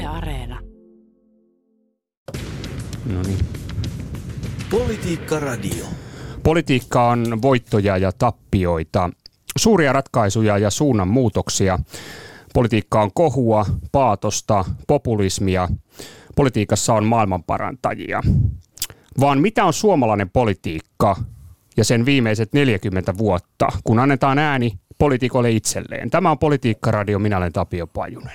Yle Areena. No niin. Politiikka Radio. Politiikka on voittoja ja tappioita, suuria ratkaisuja ja suunnanmuutoksia. Politiikka on kohua, paatosta, populismia. Politiikassa on maailmanparantajia. Vaan mitä on suomalainen politiikka ja sen viimeiset 40 vuotta, kun annetaan ääni poliitikolle itselleen? Tämä on Politiikka Radio, minä olen Tapio Pajunen.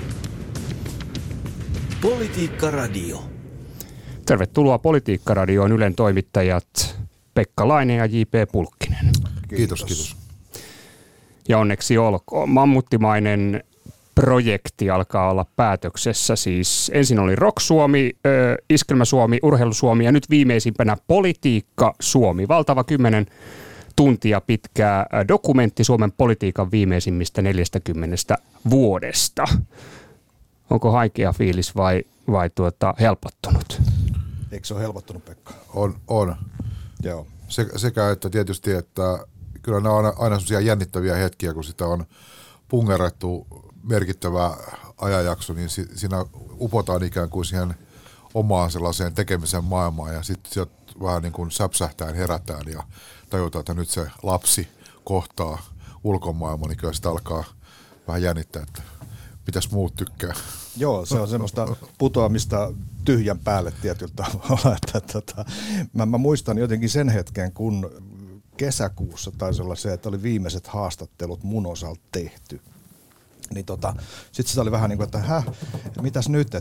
Politiikka Radio. Tervetuloa Politiikka Radioon Ylen toimittajat Pekka Laine ja J.P. Pulkkinen. Kiitos. Ja onneksi olkoon. Mammuttimainen projekti alkaa olla päätöksessä. Siis ensin oli Rock Suomi, Iskelmä Suomi, Urheilu Suomi ja nyt viimeisimpänä Politiikka Suomi. Valtava 10 tuntia pitkä dokumentti Suomen politiikan viimeisimmistä 40 vuodesta. Onko haikea fiilis vai helpottunut? Eikö se ole helpottunut, Pekka? On. Joo. Sekä että tietysti, että kyllä nämä on aina sellaisia jännittäviä hetkiä, kun sitä on pungerrettu merkittävä ajanjakso, niin siinä upotaan ikään kuin siihen omaan sellaiseen tekemisen maailmaan ja sitten sieltä vähän niin kuin säpsähtään herätään ja tajutaan, että nyt se lapsi kohtaa ulkomaailman, niin kyllä sitä alkaa vähän jännittää, että mitäs muut tykkää. Joo, se on semmoista putoamista tyhjän päälle tietyllä tavalla. Mä muistan jotenkin sen hetken, kun kesäkuussa taisi olla se, että oli viimeiset haastattelut mun osalta tehty. Niin sitten sitä oli vähän niin kuin, että mitäs nyt,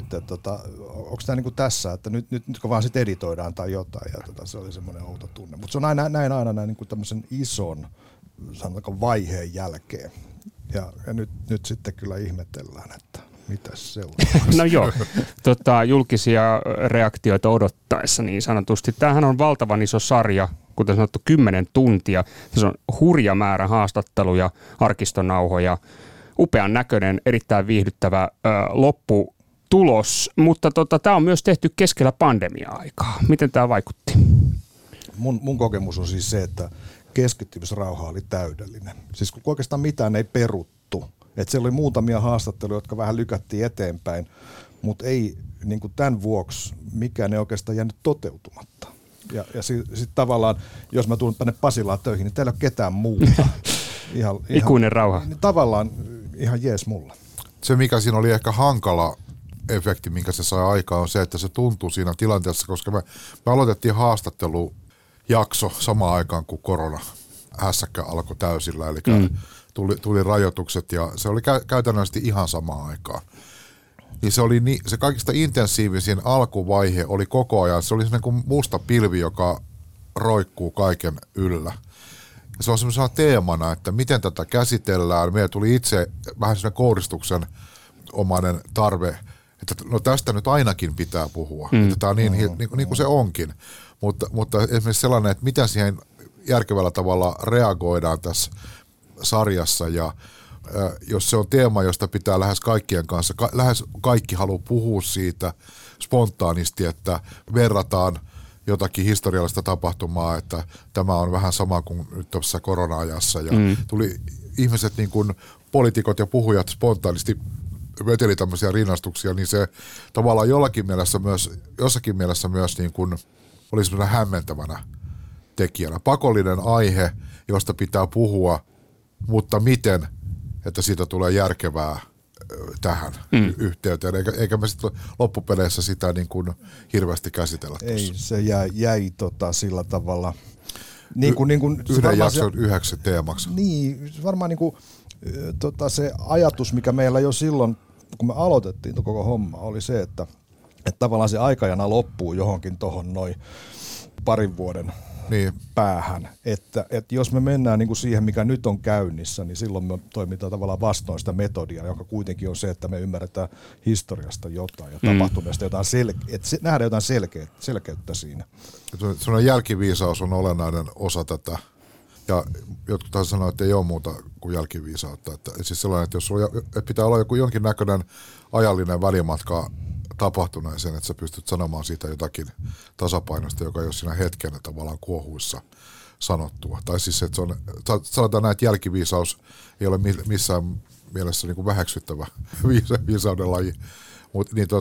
onko tämä niin kuin tässä, että nyt kun vaan sitten editoidaan tai jotain. Ja se oli semmoinen outo tunne. Mutta se on aina näin niin kuin tämmöisen ison, sanotaanko vaiheen jälkeen. Ja nyt sitten kyllä ihmetellään, että mitäs seuraavaksi. No joo, julkisia reaktioita odottaessa niin sanotusti. Tämähän on valtavan iso sarja, kuten sanottu 10 tuntia. Tässä on hurja määrä haastatteluja, arkistonauhoja, upean näköinen, erittäin viihdyttävä lopputulos. Mutta tämä on myös tehty keskellä pandemia-aikaa. Miten tämä vaikutti? Mun kokemus on siis se, että keskittymisrauha oli täydellinen. Siis kun oikeastaan mitään ei peruttu. Että siellä oli muutamia haastatteluja, jotka vähän lykättiin eteenpäin, mutta ei niin kuin tämän vuoksi mikään ei oikeastaan jäänyt toteutumatta. Ja sitten tavallaan, jos mä tulen tänne Pasilaan töihin, niin täällä ei ole ketään muuta. Ikuinen rauha. Tavallaan ihan jees mulla. Se, mikä siinä oli ehkä hankala efekti, minkä se sai aikaan, on se, että se tuntui siinä tilanteessa, koska me aloitettiin haastattelujakso samaan aikaan, kuin koronahässäkkä alkoi täysillä, eli tuli rajoitukset ja se oli käytännössä ihan samaan aikaan. Niin se kaikista intensiivisin alkuvaihe oli koko ajan, se oli sellainen kuin musta pilvi, joka roikkuu kaiken yllä. Ja se on semmoisena teemana, että miten tätä käsitellään. Meillä tuli itse vähän sellainen kouristuksen omainen tarve, että no tästä nyt ainakin pitää puhua. Että tämä on niin kuin se onkin. Mutta esimerkiksi sellainen, että miten siihen järkevällä tavalla reagoidaan tässä sarjassa ja jos se on teema, josta pitää lähes kaikkien kanssa, lähes kaikki haluaa puhua siitä spontaanisti, että verrataan jotakin historiallista tapahtumaa, että tämä on vähän sama kuin nyt tuossa korona-ajassa ja tuli ihmiset niin kuin poliitikot ja puhujat spontaanisti veteli tämmöisiä rinnastuksia, niin se tavallaan jossakin mielessä myös niin kuin oli semmoinen hämmentävänä tekijänä. Pakollinen aihe, josta pitää puhua, mutta miten, että siitä tulee järkevää tähän yhteyteen, eikä me sitten loppupeleissä sitä niin kuin hirveästi käsitellä. Ei, se jäi sillä tavalla. Yhden jakson yhdeksi teemaksi. Niin, varmaan se ajatus, mikä meillä jo silloin, kun me aloitettiin koko homma, oli se, että tavallaan se aikajana loppuu johonkin tuohon noin parin vuoden päähän. Että jos me mennään niin kuin siihen, mikä nyt on käynnissä, niin silloin me toimitaan tavallaan vastoin sitä metodia, joka kuitenkin on se, että me ymmärretään historiasta jotain ja tapahtuneesta jotain nähdään jotain selkeyttä siinä. Sellainen jälkiviisaus on olennainen osa tätä. Ja jotkut taas sanoo, että ei ole muuta kuin jälkiviisautta. Että siis sellainen, että jos pitää olla jonkinnäköinen ajallinen välimatka tapahtuneeseen, että sä pystyt sanomaan siitä jotakin tasapainosta, joka ei ole siinä hetken tavallaan kuohuissa sanottua. Tai siis, että se on, sanotaan näin, että jälkiviisaus ei ole missään mielessä niin kuin väheksyttävä viisauden laji. Mutta niin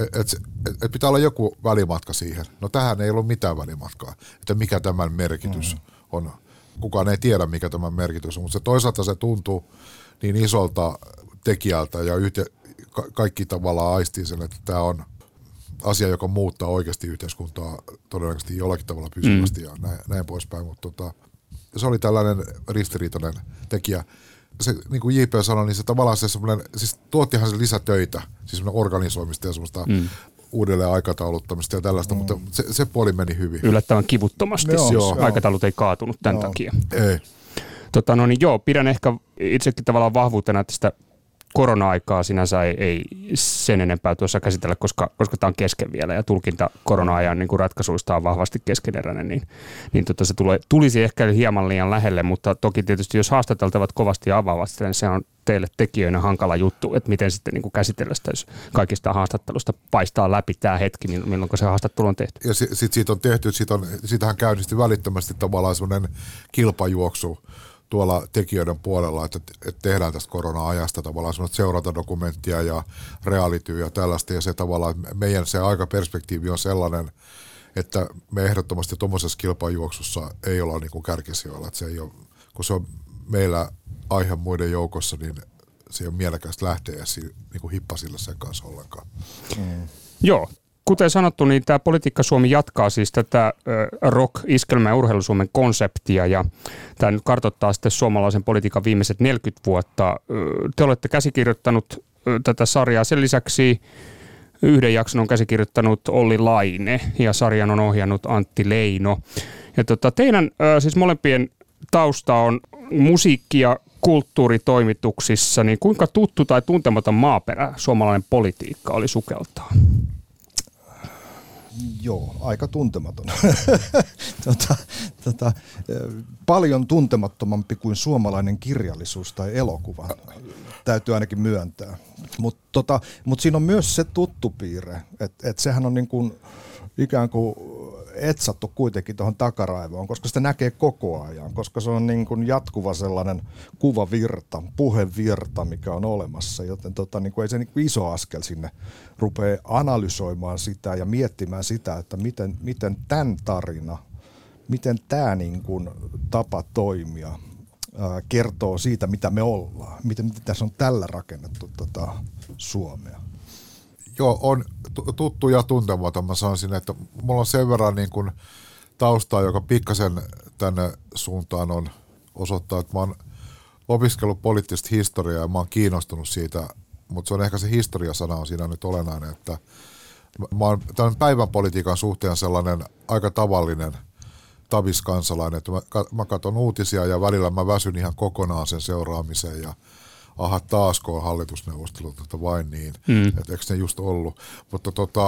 et pitää olla joku välimatka siihen. No tähän ei ollut mitään välimatkaa, että mikä tämän merkitys on. Kukaan ei tiedä, mikä tämän merkitys on, mutta toisaalta se tuntuu niin isolta tekijältä ja kaikki tavallaan aistii sen, että tämä on asia, joka muuttaa oikeasti yhteiskuntaa todennäköisesti jollakin tavalla pysyvästi ja näin poispäin. Mutta se oli tällainen ristiriitainen tekijä. Se, niin kuin JP sanoi, niin se tavallaan se semmoinen, siis tuottihan se lisätöitä, siis semmoinen organisoimista ja semmoista uudelleen aikatauluttamista ja tällaista, mutta se puoli meni hyvin. Yllättävän kivuttomasti siis aikataulut ei kaatunut tämän takia. Ei. Pidän ehkä itsekin tavallaan vahvuutena, että sitä korona-aikaa sinänsä ei sen enempää tuossa käsitellä, koska tämä on kesken vielä ja tulkinta korona-ajan niin kuin ratkaisuista on vahvasti keskeneräinen, niin se tulisi ehkä hieman liian lähelle, mutta toki tietysti jos haastateltavat kovasti ja avaavat sitä, niin se on teille tekijöinä hankala juttu, että miten sitten niin kuin käsitellä sitä, jos kaikista haastattelusta paistaa läpi tämä hetki, milloin se haastattelu on tehty. Ja sitten siitä on tehty, siitähän käynnistyi välittömästi tavallaan semmoinen kilpajuoksu tuolla tekijöiden puolella, että tehdään tästä korona-ajasta tavallaan semmoista seurantadokumenttia ja realityä ja tällaista, ja se tavallaan, meidän se aikaperspektiivi on sellainen, että me ehdottomasti tuommoisessa kilpajuoksussa ei olla niin kuin kärkisijoilla, että se ei ole, kun se on meillä aihe muiden joukossa, niin se ei ole mielekästä lähteä ja niin kuin hippasilla sen kanssa ollenkaan. Joo. Kuten sanottu, niin tämä Politiikka Suomi jatkaa siis tätä rock-, iskelmä- ja urheilusuomen konseptia, ja tämä nyt kartoittaa sitten suomalaisen politiikan viimeiset 40 vuotta. Te olette käsikirjoittanut tätä sarjaa. Sen lisäksi yhden jakson on käsikirjoittanut Olli Laine, ja sarjan on ohjannut Antti Leino. Ja teidän siis molempien tausta on musiikki- ja kulttuuritoimituksissa, niin kuinka tuttu tai tuntematon maaperä suomalainen politiikka oli sukeltaa? Joo, aika tuntematon. Paljon tuntemattomampi kuin suomalainen kirjallisuus tai elokuva, täytyy ainakin myöntää. Mutta siinä on myös se tuttu piirre, että sehän on niin kuin ikään kuin etsattu kuitenkin tuohon takaraivoon, koska sitä näkee koko ajan, koska se on niin kuin jatkuva sellainen kuvavirta, puhevirta, mikä on olemassa, joten niin kuin ei se niin kuin iso askel sinne rupea analysoimaan sitä ja miettimään sitä, että miten tämän tarina, miten tämä niin kuin tapa toimia kertoo siitä, mitä me ollaan, miten tässä on tällä rakennettu Suomea. Joo, on tuttu ja tuntematon. Mä sanoisin, että mulla on sen verran niin kuin taustaa, joka pikkasen tänne suuntaan on osoittaa, että mä oon opiskellut poliittista historiaa ja mä oon kiinnostunut siitä, mutta se on ehkä se historiasana on siinä nyt olennainen, että mä oon tämän päivän politiikan suhteen sellainen aika tavallinen taviskansalainen, että mä katson uutisia ja välillä mä väsyn ihan kokonaan sen seuraamiseen ja taasko on hallitusneuvostelut, että vain niin, että eikö ne just ollut. Mutta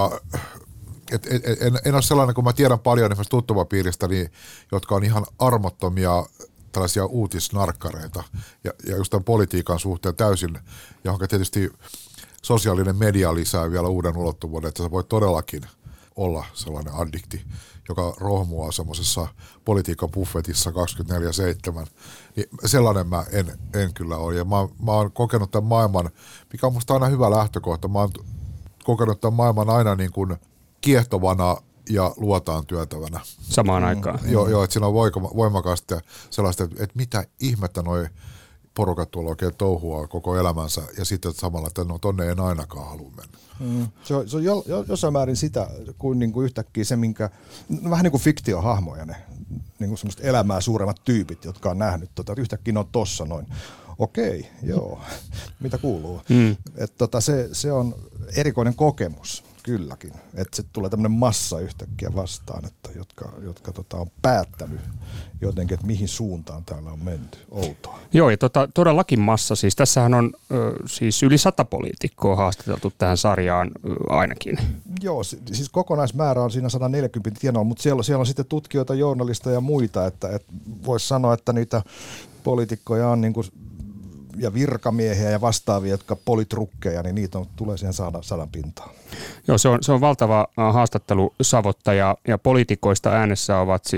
en ole sellainen, kun mä tiedän paljon esimerkiksi tuttavapiiristä, niin, jotka on ihan armottomia tällaisia uutisnarkkareita ja just tämän politiikan suhteen täysin, johon tietysti sosiaalinen media lisää vielä uuden ulottuvuuden, että se voi todellakin olla sellainen addikti, joka rohmuaa semmoisessa politiikan buffetissa 24/7, niin sellainen mä en kyllä ole. Ja mä oon kokenut tämän maailman, mikä on musta aina hyvä lähtökohta, mä oon kokenut tämän maailman aina niin kuin kiehtovana ja luotaan työtävänä. Samaan aikaan. Joo, että siinä on voimakasta sellaista, että mitä ihmettä noi porukat tuolla oikein touhuaa koko elämänsä ja sitten samalla, että no tonne en ainakaan halua mennä. Se on jossain määrin sitä, kuin niinku yhtäkkiä se, minkä, vähän niin kuin fiktiohahmoja ne, niin kuin semmoiset elämää suuremmat tyypit, jotka on nähnyt, yhtäkkiä ne on tossa noin. Okei, joo, mitä kuuluu. Se on erikoinen kokemus, kylläkin, että se tulee tämmöinen massa yhtäkkiä vastaan, että jotka on päättänyt jotenkin, että mihin suuntaan täällä on menty. Outoa. Joo, ja todellakin massa. Siis tässähän on siis yli 100 poliitikkoa haastateltu tähän sarjaan ainakin. Joo, siis kokonaismäärä on siinä 140 tienoa, mutta siellä on sitten tutkijoita, journalisteja ja muita, että voisi sanoa, että niitä poliitikkoja on niin kuin ja virkamiehiä ja vastaavia, jotka politrukkeja, niin niitä tulee siihen 100 pintaan. Joo, se on valtava haastattelusavotta ja poliitikoista äänessä ovat siis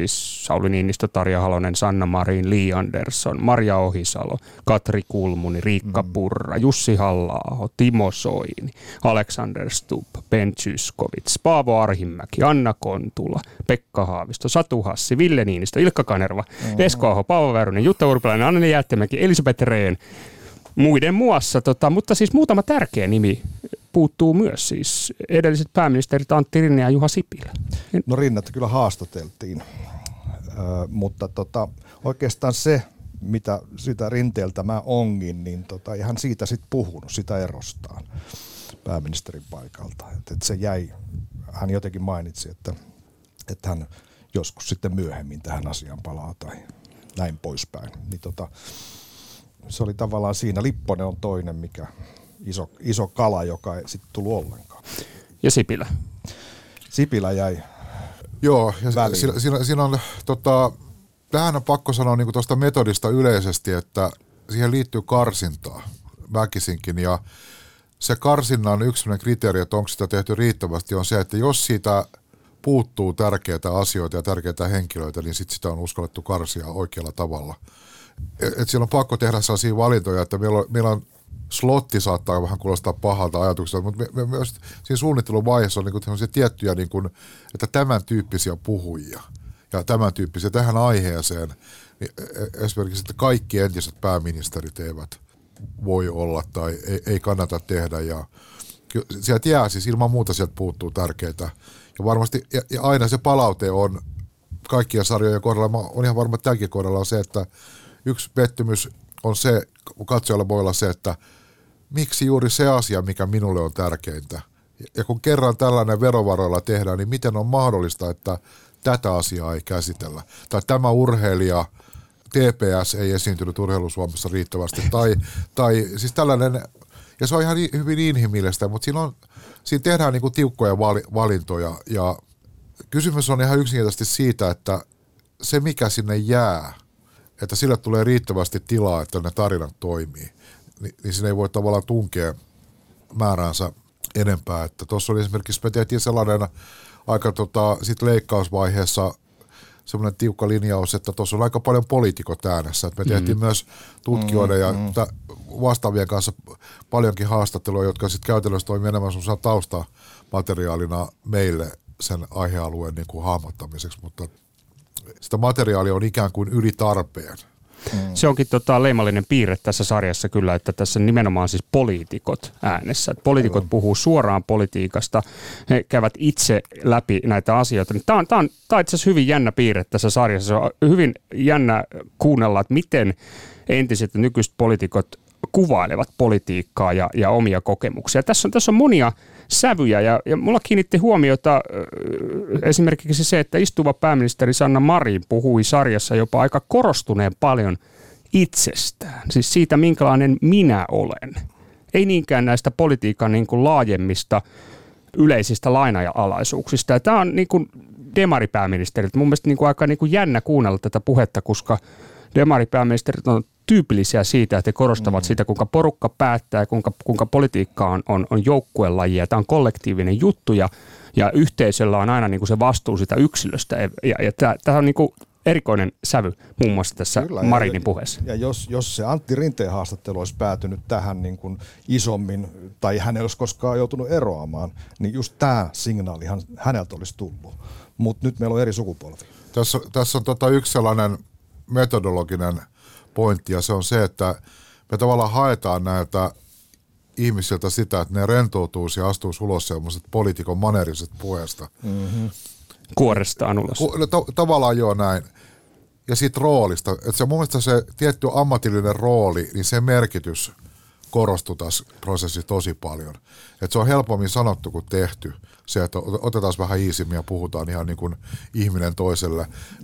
Sauli Niinistö, Tarja Halonen, Sanna Marin, Li Andersson, Marja Ohisalo, Katri Kulmuni, Riikka Purra, Jussi Halla-aho, Timo Soini, Alexander Stubb, Ben Zyskowicz, Paavo Arhimäki, Anna Kontula, Pekka Haavisto, Satu Hassi, Ville Niinistö, Ilkka Kanerva, Esko Aho, Paavo Väyrynen, Jutta Urpilainen, Anneli Jäätteenmäki, Elisabeth Rehn, muiden muassa, mutta siis muutama tärkeä nimi puuttuu myös, siis edelliset pääministerit Antti Rinne ja Juha Sipilä. No Rinnettä kyllä haastateltiin, mutta oikeastaan se, mitä sitä Rinteeltä mä ongin, niin ei hän siitä sitten puhunut, sitä erostaan pääministerin paikalta. Että se jäi, hän jotenkin mainitsi, että hän joskus sitten myöhemmin tähän asiaan palaa tai näin poispäin. Niin se oli tavallaan siinä. Lipponen on toinen, mikä iso kala, joka ei sitten tullut ollenkaan. Ja Sipilä? Sipilä jäi. Joo, ja siinä on, tähän on pakko sanoa niin tuosta metodista yleisesti, että siihen liittyy karsintaa väkisinkin, ja se karsinnan yksi kriteeri, että onko sitä tehty riittävästi, on se, että jos siitä puuttuu tärkeitä asioita ja tärkeitä henkilöitä, niin sitten sitä on uskallettu karsia oikealla tavalla. Et siellä on pakko tehdä sellaisia valintoja, että meillä on slotti saattaa vähän kuulostaa pahalta ajatukselta, mutta me myös siinä suunnitteluvaiheessa on niin kuin tiettyjä, niin kuin, että tämän tyyppisiä puhujia ja tämän tyyppisiä tähän aiheeseen, niin esimerkiksi, että kaikki entiset pääministerit eivät voi olla tai ei kannata tehdä, ja sieltä jää siis ilman muuta, sieltä puuttuu tärkeitä, ja varmasti, ja aina se palaute on kaikkien sarjojen kohdalla, on ihan varma, että tämänkin kohdalla on se, että yksi pettymys on se, katsojalla voi olla se, että miksi juuri se asia, mikä minulle on tärkeintä. Ja kun kerran tällainen verovaroilla tehdään, niin miten on mahdollista, että tätä asiaa ei käsitellä. Tai tämä urheilija, TPS ei esiintynyt Urheilu Suomessa riittävästi. Tai siis tällainen, ja se on ihan hyvin inhimillistä, mutta siinä tehdään niin kuin tiukkoja valintoja. Ja kysymys on ihan yksinkertaisesti siitä, että se mikä sinne jää, että sille tulee riittävästi tilaa, että ne tarinat toimii, niin siinä ei voi tavallaan tunkea määräänsä enempää. Että tuossa oli esimerkiksi, me tehtiin sellainen aika sit leikkausvaiheessa semmoinen tiukka linjaus, että tuossa on aika paljon poliitikot äänessä. Että me tehtiin myös tutkijoiden ja vastaavien kanssa paljonkin haastatteluja, jotka sitten käytännössä toimii enemmän semmoisena taustamateriaalina meille sen aihealueen niin kuin hahmottamiseksi, mutta sitä materiaalia on ikään kuin yli tarpeen. Se onkin leimallinen piirre tässä sarjassa kyllä, että tässä nimenomaan siis poliitikot äänessä. Poliitikot puhuu suoraan politiikasta, he käyvät itse läpi näitä asioita. Tämä on itse asiassa hyvin jännä piirre tässä sarjassa. Se on hyvin jännä kuunnella, että miten entiset ja nykyiset poliitikot kuvailevat politiikkaa ja omia kokemuksia. Tässä on monia sävyjä ja mulla kiinnitti huomiota esimerkiksi se, että istuva pääministeri Sanna Marin puhui sarjassa jopa aika korostuneen paljon itsestään. Siis siitä, minkälainen minä olen. Ei niinkään näistä politiikan niin kuin laajemmista yleisistä lainaja-alaisuuksista. Ja tämä on niin kuin demaripääministerit. Mun mielestä niin kuin aika niin kuin jännä kuunnella tätä puhetta, koska demaripääministerit on tyypillisiä siitä, että he korostavat sitä, kuinka porukka päättää ja kuinka politiikka on joukkuelajia. Tämä on kollektiivinen juttu ja yhteisöllä on aina niin kuin se vastuu sitä yksilöstä. Ja tämä on niin kuin erikoinen sävy muun muassa tässä kyllä, Marinin puheessa. Ja jos se Antti Rinteen haastattelu olisi päätynyt tähän niin kuin isommin, tai hän ei olisi koskaan joutunut eroamaan, niin just tämä signaalihan häneltä olisi tullut. Mutta nyt meillä on eri sukupolvi. Tässä on yksi sellainen metodologinen pointti, ja se on se, että me tavallaan haetaan näiltä ihmisiltä sitä, että ne rentoutuisi ja astuisi ulos sellaiset poliitikon maneeriset puheesta. Mm-hmm. Kuorestaan ulos. Tavallaan joo näin. Ja siitä roolista, että se mun mielestä se tietty ammatillinen rooli, niin se merkitys korostui tässä prosessissa tosi paljon. Että se on helpommin sanottu kuin tehty. Se, että otetaan vähän iisimmin ja puhutaan ihan niin kuin ihminen toiselle.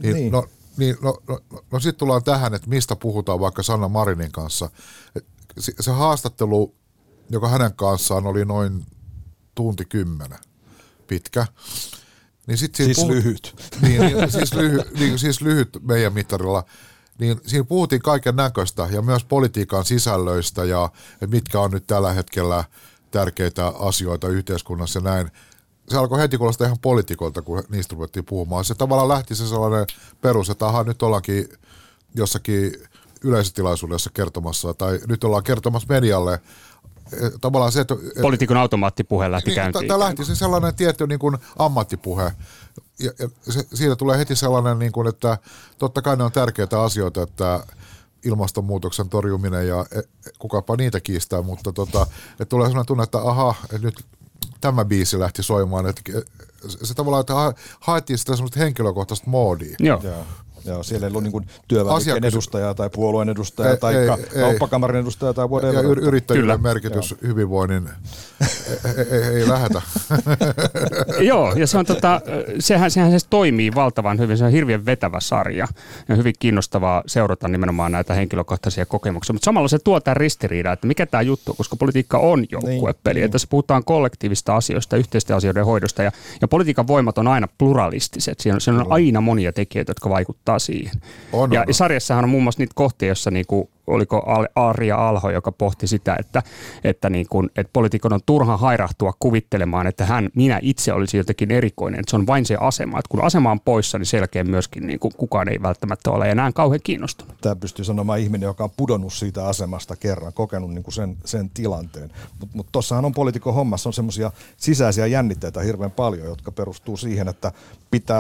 No sitten tullaan tähän, että mistä puhutaan vaikka Sanna Marinin kanssa. Se haastattelu, joka hänen kanssaan oli noin tunti 10 pitkä. Niin lyhyt. Siis lyhyt meidän mittarilla. Niin siinä puhuttiin kaiken näköistä ja myös politiikan sisällöistä ja mitkä on nyt tällä hetkellä tärkeitä asioita yhteiskunnassa ja näin. se alkoi heti kuulostaa ihan poliitikolta, kun niistä ruvettiin puhumaan. Se tavallaan lähti se sellainen perus, että nyt ollaankin jossakin yleisötilaisuudessa kertomassa, tai nyt ollaan kertomassa medialle. Tavallaan se, että poliitikon automaattipuhe lähti käyntiin. Tämä lähti se sellainen tietty niin kuin ammattipuhe. Ja siitä tulee heti sellainen, niin kuin, että totta kai ne on tärkeitä asioita, että ilmastonmuutoksen torjuminen ja kukapa niitä kiistää, mutta että tulee sellainen tunne, että että nyt tämä biisi lähti soimaan, että se tavallaan, että haettiin sitä semmoista henkilökohtaista moodia. Joo, siellä ei ollut niin työväenliikkeen edustajaa tai puolueen edustajaa tai kauppakamarin edustajaa tai whatever. Ja yrittäjyyden merkitys hyvinvoinnin ei lähetä. Joo, ja se on sehän se toimii valtavan hyvin. Se on hirveän vetävä sarja ja hyvin kiinnostavaa seurata nimenomaan näitä henkilökohtaisia kokemuksia. Mutta samalla se tuo tämän ristiriidan, että mikä tämä juttu on, koska politiikka on joukkuepeli. Niin. Tässä puhutaan kollektiivista asioista, yhteisten asioiden hoidosta ja politiikan voimat on aina pluralistiset. Siinä on aina monia tekijöitä, jotka vaikuttaa siihen. Ja sarjassahan on muun muassa niitä kohtia, jossa niinku, oliko Arja Alho, joka pohti sitä, että poliitikon on turha hairahtua kuvittelemaan, että minä itse olisin jotenkin erikoinen. Että se on vain se asema. Että kun asema on poissa, niin selkeä myöskin niin kukaan ei välttämättä ole enää kauhean kiinnostunut. Tämä pystyy sanomaan ihminen, joka on pudonnut siitä asemasta kerran, kokenut niin kuin sen tilanteen. Mutta tuossahan on poliitikon hommassa on semmoisia sisäisiä jännitteitä hirveän paljon, jotka perustuu siihen, että pitää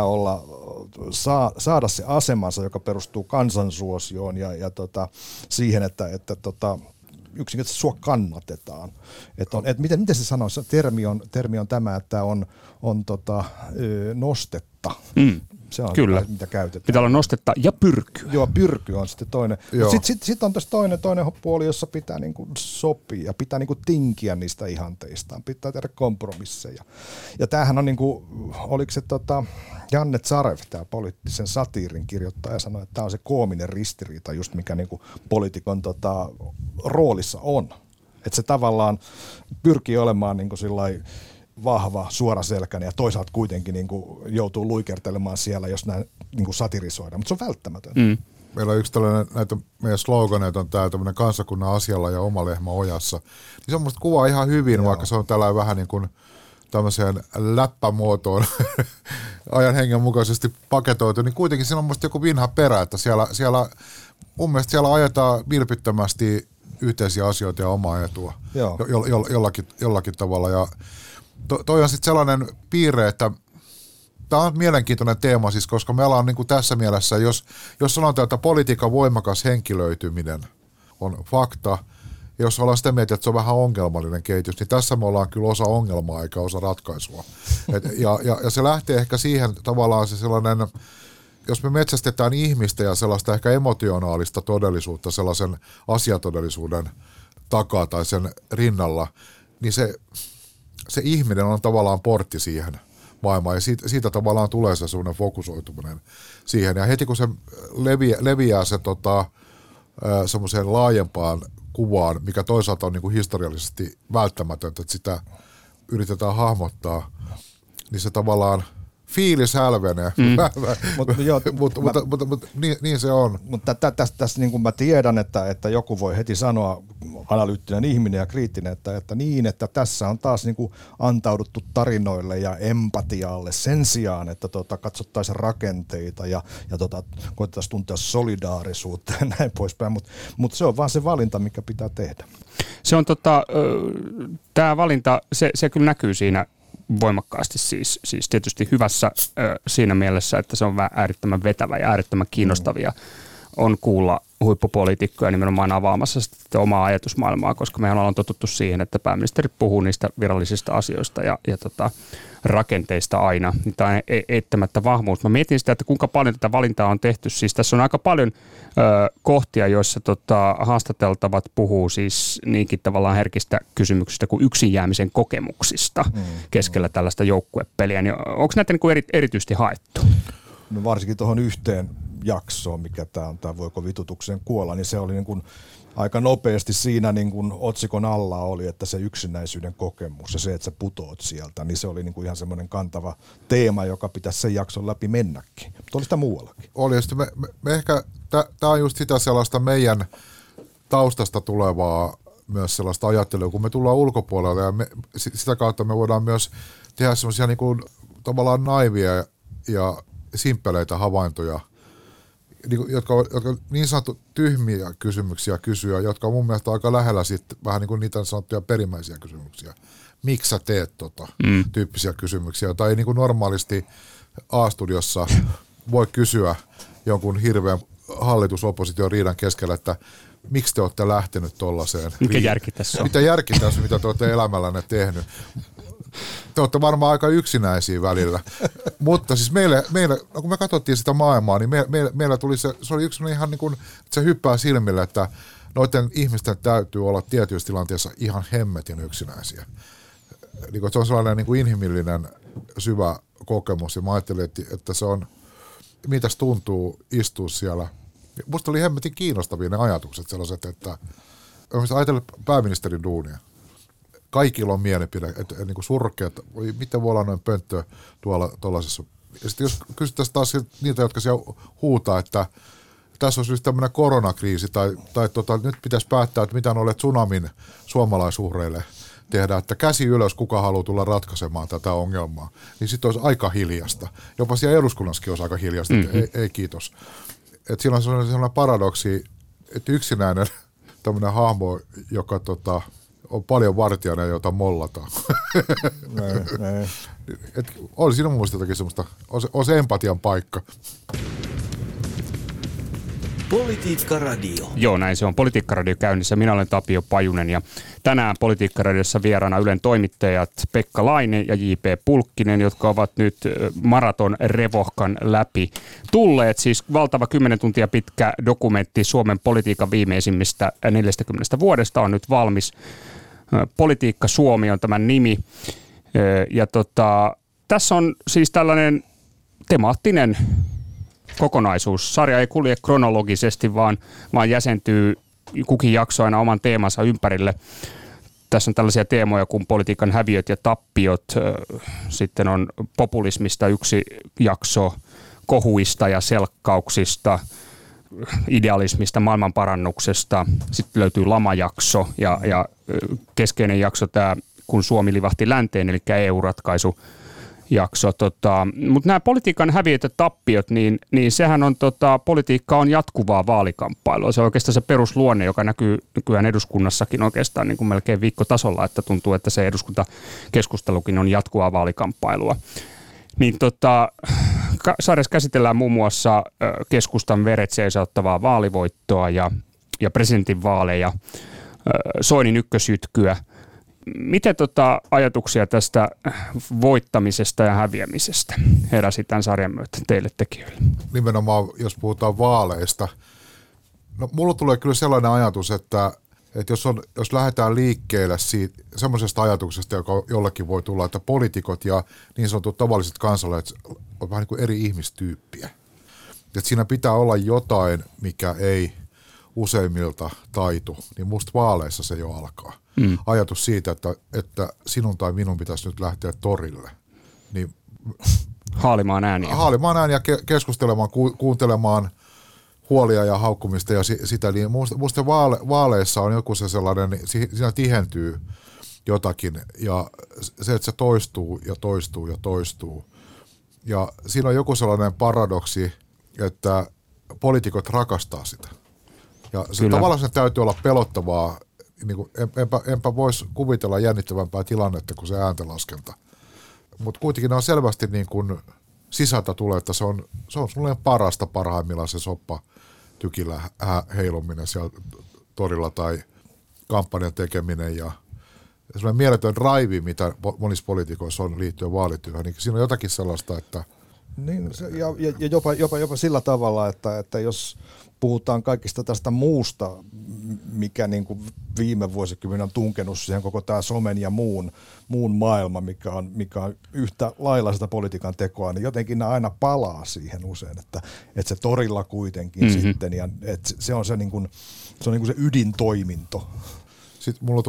saada se asemansa, joka perustuu kansansuosioon ja siihen, että yksinkertaisesti sua kannatetaan. Miten se sanoisi? Termi on tämä, että on nostetta. Se on kyllä, mitä käytetään. Pitää olla nostetta ja pyrkyä. Joo, pyrky on sitten toinen. Sitten on tässä toinen puoli, jossa pitää niinku sopia, pitää niinku tinkiä niistä ihanteistaan, pitää tehdä kompromisseja. Ja tämähän on, oliko se Janne Zarev, tämä poliittisen satiirin kirjoittaja, sanoi, että tämä on se koominen ristiriita, just mikä niinku poliitikon roolissa on. Että se tavallaan pyrkii olemaan niinku sillai vahva, suoraselkäinen ja toisaalta kuitenkin niin kuin joutuu luikertelemaan siellä, jos näin niin kuin satirisoidaan, mutta se on välttämätöntä. Meillä on yksi tällainen, näitä meidän sloganeita on tämä tämmöinen kansakunnan asialla ja oma lehmä ojassa. Niin se on musta kuvaa ihan hyvin, vaikka se on tällainen vähän niin kuin tämmöiseen läppämuotoon ajan hengen mukaisesti paketoitu, niin kuitenkin siinä on musta joku vinha perä, että siellä mun mielestä siellä ajetaan vilpittömästi yhteisiä asioita ja omaa etua jollakin tavalla. Ja toi on sitten sellainen piirre, että tämä on mielenkiintoinen teema, siis, koska me ollaan niin kuin tässä mielessä, jos sanotaan, että politiikan voimakas henkilöityminen on fakta, ja jos ollaan sitä mieltä, että se on vähän ongelmallinen kehitys, niin tässä me ollaan kyllä osa ongelmaa eikä osa ratkaisua. Ja se lähtee ehkä siihen tavallaan se sellainen, jos me metsästetään ihmistä ja sellaista ehkä emotionaalista todellisuutta sellaisen asiatodellisuuden takaa tai sen rinnalla, niin se ihminen on tavallaan portti siihen maailmaan ja siitä tavallaan tulee se sellainen fokusoituminen siihen. Ja heti kun se leviää se semmoiseen laajempaan kuvaan, mikä toisaalta on niin kuin historiallisesti välttämätöntä, että sitä yritetään hahmottaa, niin se tavallaan fiilis hälvenee, mutta niin se on. Mutta tässä niin kuin mä tiedän, että joku voi heti sanoa, analyyttinen ihminen ja kriittinen, että tässä on taas niin kuin antauduttu tarinoille ja empatialle sen sijaan, että katsottaisiin rakenteita ja koettaisiin tuntea solidaarisuutta ja näin poispäin, mutta se on vaan se valinta, mikä pitää tehdä. Se on tämä valinta, se kyllä näkyy siinä voimakkaasti siis tietysti hyvässä siinä mielessä, että se on äärettömän vetävä ja äärettömän kiinnostavia on kuulla huippupoliitikkoja nimenomaan avaamassa sitten omaa ajatusmaailmaa, koska mehän ollaan totuttu siihen, että pääministeri puhuu niistä virallisista asioista ja rakenteista aina. Niin tämä on eittämättä vahvuus. Mä mietin sitä, että kuinka paljon tätä valintaa on tehty. Siis tässä on aika paljon kohtia, joissa haastateltavat puhuu siis niinkin tavallaan herkistä kysymyksistä kuin yksin jäämisen kokemuksista keskellä tällaista joukkuepeliä. Niin onko näitä niin kuin erityisesti haettu? No varsinkin tuohon yhteen jaksoon, mikä tämä on, tämä voiko vitutukseen kuolla, niin se oli niin kuin aika nopeasti siinä niin kuin otsikon alla oli, että se yksinäisyyden kokemus ja se, että sä putoot sieltä, niin se oli niin kuin ihan semmoinen kantava teema, joka pitäisi sen jakson läpi mennäkin. Mutta oli sitä muuallakin. Oli, ja me ehkä, tämä on just sitä sellaista meidän taustasta tulevaa myös sellaista ajattelua, kun me tullaan ulkopuolella ja sitä kautta me voidaan myös tehdä semmoisia niin kuin tavallaan naivia ja simppeleitä havaintoja, jotka niin sanottu tyhmiä kysymyksiä kysyä, jotka on mun mielestä aika lähellä sitten vähän niin kuin niitä sanottuja perimmäisiä kysymyksiä. Miksi sä teet tyyppisiä kysymyksiä, joita ei niin kuin normaalisti A-studiossa voi kysyä jonkun hirveän hallitus-opposition riidan keskellä, että miksi te olette lähtenyt tollaiseen? Mikä järki tässä on? Mitä järki tässä, mitä te olette elämällänne tehnyt? Te olette varmaan aika yksinäisiä välillä, mutta siis meille kun me katsottiin sitä maailmaa, niin meillä tuli se oli yksi ihan niin kuin, että se hyppää silmille, että noiden ihmisten täytyy olla tietyissä tilanteissa ihan hemmetin yksinäisiä. Niin se on sellainen niin kuin inhimillinen syvä kokemus ja mä ajattelin, että se on, mitäs tuntuu istua siellä. Musta oli hemmetin kiinnostavia ne ajatukset sellaiset, että ajatellaan pääministerin duunia. Kaikilla on mielipide, että niin kuin surkeat, miten voi olla noin pönttöä tuolla tuollaisessa. Ja sitten jos kysyttäisiin taas niitä, jotka siellä huutaa, että tässä on siis tämmöinen koronakriisi tai nyt pitäisi päättää, että mitä noille tsunamin suomalaisuhreille tehdään, että käsi ylös, kuka haluaa tulla ratkaisemaan tätä ongelmaa, niin sitten olisi aika hiljasta. Jopa siellä eduskunnassakin olisi aika hiljasta, ei kiitos. Et siinä on sellainen paradoksi, että yksinäinen tämmöinen hahmo, joka on paljon vartijana, jota mollataan. Oli siinä mun mielestä jotakin semmoista, on se empatian paikka. Politiikka Radio. Joo, näin se on. Politiikka Radio käynnissä. Minä olen Tapio Pajunen ja tänään Politiikka Radiossa vieraana Ylen toimittajat Pekka Laine ja J.P. Pulkkinen, jotka ovat nyt maraton revohkan läpi tulleet. Siis valtava 10 tuntia pitkä dokumentti Suomen politiikan viimeisimmistä 40 vuodesta on nyt valmis. Politiikka Suomi on tämän nimi. Ja tässä on siis tällainen temaattinen kokonaisuus. Sarja ei kulje kronologisesti, vaan jäsentyy kukin jakso aina oman teemansa ympärille. Tässä on tällaisia teemoja kuin politiikan häviöt ja tappiot. Sitten on populismista yksi jakso, kohuista ja selkkauksista, idealismista, maailmanparannuksesta. Sitten löytyy lamajakso ja keskeinen jakso tämä, kun Suomi livahti länteen, eli EU-ratkaisu. Mutta nämä politiikan häviöt ja tappiot, niin sehän on, politiikka on jatkuvaa vaalikamppailua. Se on oikeastaan se perusluonne, joka näkyy nykyään eduskunnassakin oikeastaan niin kuin melkein viikkotasolla, että tuntuu, että se eduskuntakeskustelukin on jatkuvaa vaalikamppailua. Niin sarjassa käsitellään muun muassa keskustan veret seisauttavaa vaalivoittoa ja presidentinvaaleja, Soinin ykkösytkyä. Miten ajatuksia tästä voittamisesta ja häviämisestä heräsi tämän sarjan myötä teille tekijöille? Nimenomaan, jos puhutaan vaaleista. No, mulla tulee kyllä sellainen ajatus, että jos lähdetään liikkeelle semmoisesta ajatuksesta, joka jollekin voi tulla, että poliitikot ja niin sanotut tavalliset kansalaiset on vähän niin kuin eri ihmistyyppiä. Että siinä pitää olla jotain, mikä ei useimmilta taitu, niin musta vaaleissa se jo alkaa. Ajatus siitä, että sinun tai minun pitäisi nyt lähteä torille. Niin haalimaan ääniä. Haalimaan ääniä, keskustelemaan, kuuntelemaan huolia ja haukkumista ja sitä. Niin musta vaaleissa on joku se sellainen, siinä tihentyy jotakin ja se, että se toistuu ja toistuu ja toistuu. Ja siinä on joku sellainen paradoksi, että poliitikot rakastaa sitä. Ja se tavallaan se täytyy olla pelottavaa. Niin kuin, enpä voisi kuvitella jännittävämpää tilannetta kuin se ääntenlaskenta. Mutta kuitenkin ne on selvästi niin kuin sisältä tulee, että se on sulle parasta parhaimmillaan se soppa tykillä heiluminen siellä torilla tai kampanjan tekeminen ja sellainen mieletön raivi, mitä monissa poliitikoissa on liittyen vaalityöhön, niin siinä on jotakin sellaista, että niin, ja jopa sillä tavalla, että jos puhutaan kaikista tästä muusta, mikä niin kuin viime vuosikymmenen on tunkenut siihen koko tämä somen ja muun maailma, mikä on yhtä lailla sitä politiikan tekoa, niin jotenkin ne aina palaa siihen usein, että se torilla kuitenkin sitten, ja että se on niin kuin se ydintoiminto. Sitten mulla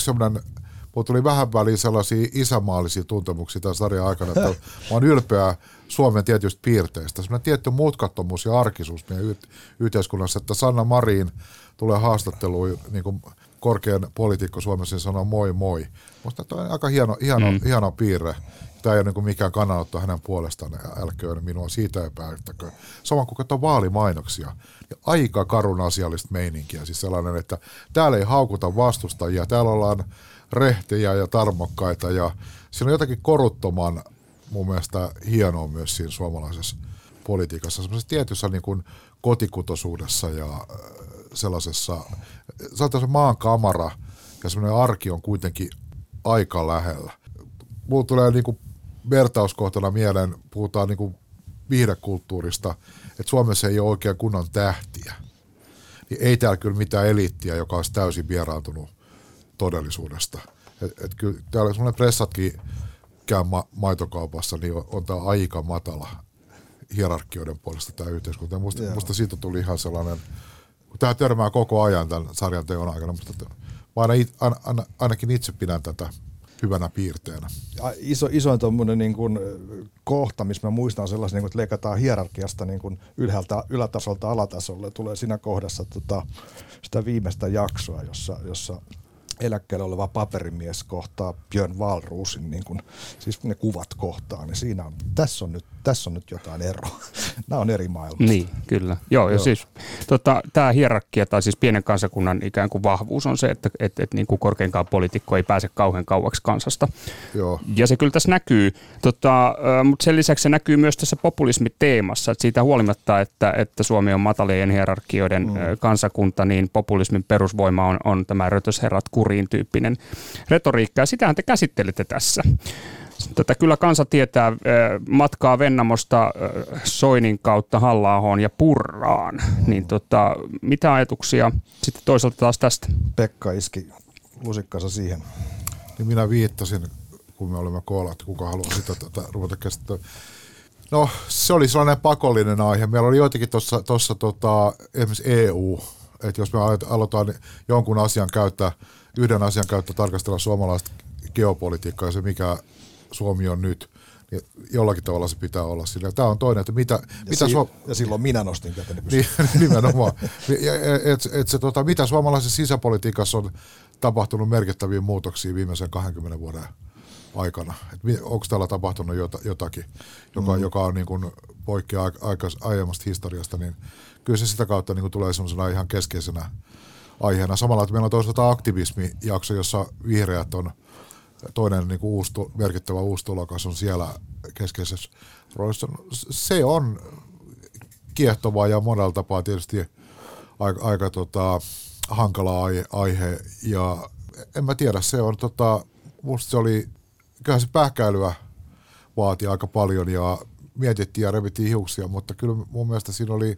tuli vähän väliin sellaisia isämaallisia tuntemuksia tämän sarjan aikana, että mä oon ylpeä Suomen tietyistä piirteistä. Sellainen tietty mutkattomuus ja arkisuus meidän yhteiskunnassa, että Sanna Marin tulee haastatteluun niin kuin korkean poliitikko Suomessa sanoo moi moi. Musta tämä on aika hieno piirre. Tämä ei ole niin mikään kannanotto hänen puolestaan, älköön minua siitä epäyttäkö. Samoin kuin katsoo vaalimainoksia, niin aika karun asiallista meininkiä. Siis sellainen, että täällä ei haukuta vastustajia, täällä ollaan rehtejä ja tarmokkaita ja siinä on jotakin koruttoman mun mielestä hienoa myös siinä suomalaisessa politiikassa, semmoisessa tietyssä niin kuin kotikutoisuudessa ja sellaisessa, se maan kamara ja semmoinen arki on kuitenkin aika lähellä. Mulla tulee niin kuin vertauskohtana mieleen, puhutaan niin kuin viihdekulttuurista, että Suomessa ei ole oikein kunnon tähtiä. Niin ei täällä kyllä mitään eliittiä, joka olisi täysin vieraantunut todellisuudesta. Et kyllä täällä semmoinen pressatkin käy maitokaupassa, niin on tämä aika matala hierarkioiden puolesta tämä yhteiskunta. Musta siitä tuli ihan sellainen, kun tämä törmää koko ajan tämän sarjan teon aikana, ainakin itse pidän tätä hyvänä piirteenä. Isoin tuommoinen niin kuin kohta, missä mä muistan sellaisen, niin kuin, että leikataan hierarkiasta niin kuin ylätasolta alatasolle. Tulee siinä kohdassa sitä viimeistä jaksoa, jossa eläkkeellä oleva paperimies kohtaa Björn Wahlroosin, niin kuin, siis ne kuvat kohtaa, niin siinä on, tässä on nyt jotain eroa. Nämä on eri maailmasta. Niin, kyllä. Joo. Ja siis tämä hierarkia tai siis pienen kansakunnan ikään kuin vahvuus on se, että niin kuin korkeinkaan poliitikko ei pääse kauhean kauaksi kansasta. Joo. Ja se kyllä tässä näkyy, mutta sen lisäksi se näkyy myös tässä populismiteemassa, että siitä huolimatta, että Suomi on matalien hierarkioiden kansakunta, niin populismin perusvoima on tämä rötösherrat kuriin tyyppinen retoriikka, ja sitähän te käsittelitte tässä. Tätä kyllä kansa tietää matkaa Vennamosta Soinin kautta Halla-ahoon ja Purraan. Niin mitä ajatuksia sitten toisaalta taas tästä? Pekka iski lusikkansa siihen. Niin minä viittasin, kun me olemme koolla, että kuka haluaa sitä ruveta käsittämään. No, se oli sellainen pakollinen aihe. Meillä oli joitakin tuossa esimerkiksi EU, että jos me aloitetaan jonkun asian käyttää, yhden asian käyttää tarkastella suomalaista geopolitiikkaa ja se mikä Suomi on nyt, niin jollakin tavalla se pitää olla siinä. Tämä on toinen, että ja silloin minä nostin käteni niin, nimenomaan. Mitä suomalaisessa sisäpolitiikassa on tapahtunut merkittäviä muutoksia viimeisen 20 vuoden aikana? Onko täällä tapahtunut jotakin, joka on niin kuin poikkeaa aiemmasta historiasta, niin kyllä se sitä kautta niin kuin tulee semmoisena ihan keskeisenä aiheena. Samalla, että meillä on toisaalta aktivismijakso, jossa vihreät on toinen niin kuin merkittävä uusi tulokas on siellä keskeisessä roolissa. Se on kiehtovaa ja monella tapaa tietysti aika hankala aihe ja en mä tiedä, se on musta se oli, kyllähän se pähkäilyä vaati aika paljon ja mietittiin ja revittiin hiuksia, mutta kyllä mun mielestä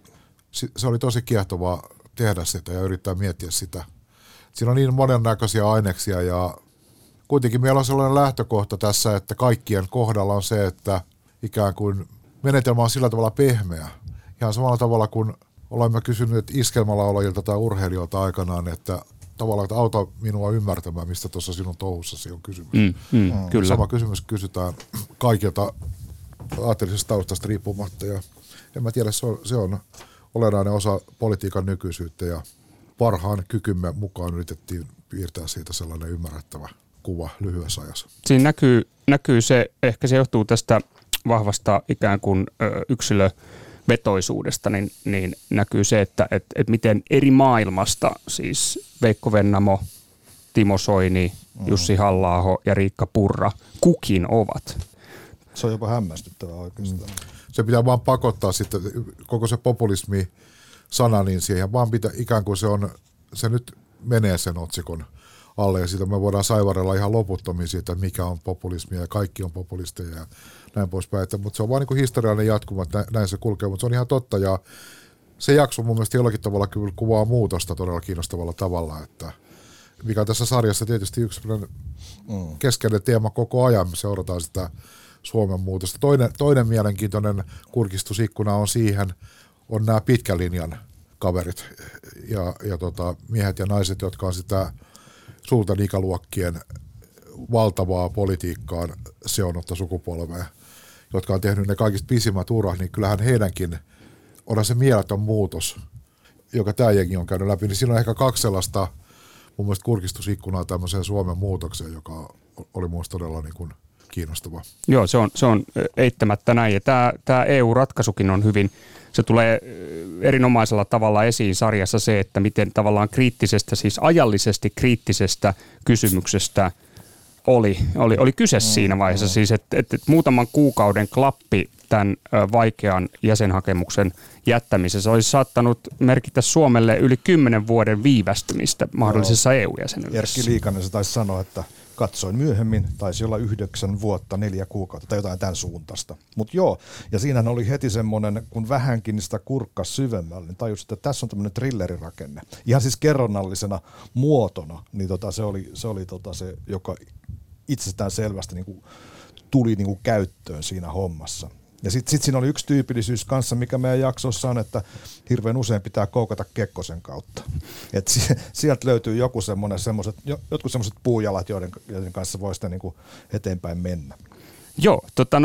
se oli tosi kiehtovaa tehdä sitä ja yrittää miettiä sitä. Siinä on niin monennäköisiä aineksia ja kuitenkin meillä on sellainen lähtökohta tässä, että kaikkien kohdalla on se, että ikään kuin menetelmä on sillä tavalla pehmeä. Ihan samalla tavalla kuin olemme kysyneet iskelmälaulajilta tai urheilijoilta aikanaan, että tavallaan että auta minua ymmärtämään, mistä tuossa sinun touhussasi on kysymys. Kyllä. Sama kysymys kysytään kaikilta aatteellisesta taustasta riippumatta. Ja en mä tiedä, se on olennainen osa politiikan nykyisyyttä ja parhaan kykymme mukaan yritettiin piirtää siitä sellainen ymmärrettävä kuva lyhyessä ajassa. Siinä näkyy se, ehkä se johtuu tästä vahvasta ikään kuin yksilövetoisuudesta, niin näkyy se, että miten eri maailmasta, siis Veikko Vennamo, Timo Soini, Jussi Halla-aho ja Riikka Purra kukin ovat. Se on jopa hämmästyttävää oikeastaan. Se pitää vaan pakottaa sitten, koko se populismi-sana, niin siihen vaan pitää, ikään kuin se nyt menee sen otsikon alle, ja siitä me voidaan saivarella ihan loputtomiin siitä, mikä on populismia, ja kaikki on populisteja, ja näin poispäin. Mutta se on vaan niin kuin historiallinen jatkuma, että näin se kulkee, mutta se on ihan totta, ja se jakso mun mielestä jollakin tavalla kyllä kuvaa muutosta todella kiinnostavalla tavalla, että mikä on tässä sarjassa tietysti yksi keskeinen teema koko ajan, me seurataan sitä Suomen muutosta. Toinen mielenkiintoinen kurkistusikkuna on siihen, on nämä pitkän linjan kaverit ja miehet ja naiset, jotka on sitä suurten ikäluokkien valtavaa politiikkaan seonnutta sukupolvea, jotka on tehnyt ne kaikista pisimmät urat, niin kyllähän heidänkin onhan se mieletön muutos, joka tämä jengi on käynyt läpi, niin siinä on ehkä kaksi sellaista mun mielestä kurkistusikkunaa tämmöiseen Suomen muutokseen, joka oli mun mielestä todella niin kuin kiinnostava. Joo, se on eittämättä näin. Ja tämä EU-ratkaisukin on hyvin, se tulee erinomaisella tavalla esiin sarjassa se, että miten tavallaan kriittisestä, siis ajallisesti kriittisestä kysymyksestä oli kyse siinä vaiheessa. Siis, että muutaman kuukauden klappi tämän vaikean jäsenhakemuksen jättämisessä olisi saattanut merkitä Suomelle yli 10 vuoden viivästymistä mahdollisessa EU-jäsenyydessä. Erkki Liikanen se taisi sanoa, että katsoin myöhemmin, taisi olla 9 vuotta, 4 kuukautta tai jotain tämän suuntaista. Mutta joo, ja siinähän oli heti semmoinen, kun vähänkin sitä kurkkas syvemmälle, niin tajusin, että tässä on tämmöinen thrillerirakenne. Ihan siis kerronnallisena muotona, niin se oli se, joka itsestään selvästi niin kuin tuli niin kuin käyttöön siinä hommassa. Ja sitten siinä oli yksi tyypillisyys kanssa, mikä meidän jaksossa on, että hirveän usein pitää koukata Kekkosen kautta. Et sieltä löytyy jotkut semmoiset puujalat, joiden kanssa voi sitten niinku eteenpäin mennä. Joo,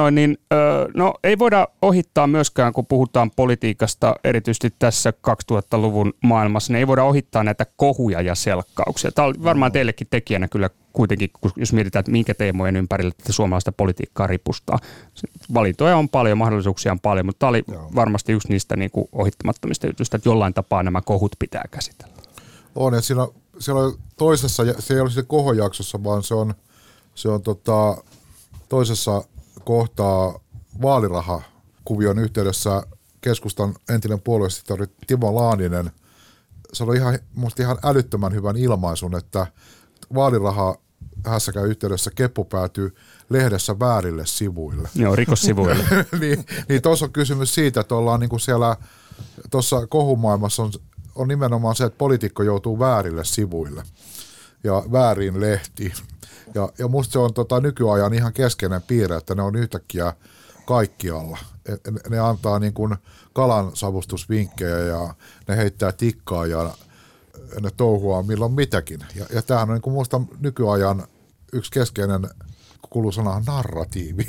no ei voida ohittaa myöskään, kun puhutaan politiikasta, erityisesti tässä 2000-luvun maailmassa, niin ei voida ohittaa näitä kohuja ja selkkauksia. Tämä on varmaan teillekin tekijänä kyllä kuitenkin, jos mietitään, että minkä teemojen ympärillä tätä suomalaista politiikkaa ripustaa. Valintoja on paljon, mahdollisuuksia on paljon, mutta tämä oli varmasti yksi niistä niin kuin ohittamattomista jutuista, että jollain tapaa nämä kohut pitää käsitellä. On, että siellä on toisessa, se ei ole se kohojaksossa, vaan se on toisessa kohtaa vaalirahakuvion yhteydessä keskustan entinen puoluesihteeri Timo Laaninen. Se oli ihan älyttömän hyvän ilmaisun, että vaaliraha hässäkään yhteydessä keppu päätyy lehdessä väärille sivuille. Joo, rikossivuille. niin tuossa on kysymys siitä, että ollaan niinku siellä tuossa kohumaailmassa on nimenomaan se, että poliitikko joutuu väärille sivuille ja väärin lehtiin. Ja musta se on nykyajan ihan keskeinen piirre, että ne on yhtäkkiä kaikkialla. Ne antaa niin kuin kalansavustusvinkkejä ja ne heittää tikkaa ja ne touhuaa milloin mitäkin. Ja tämähän on niin kuin musta nykyajan yksi keskeinen kuulusana narratiivi.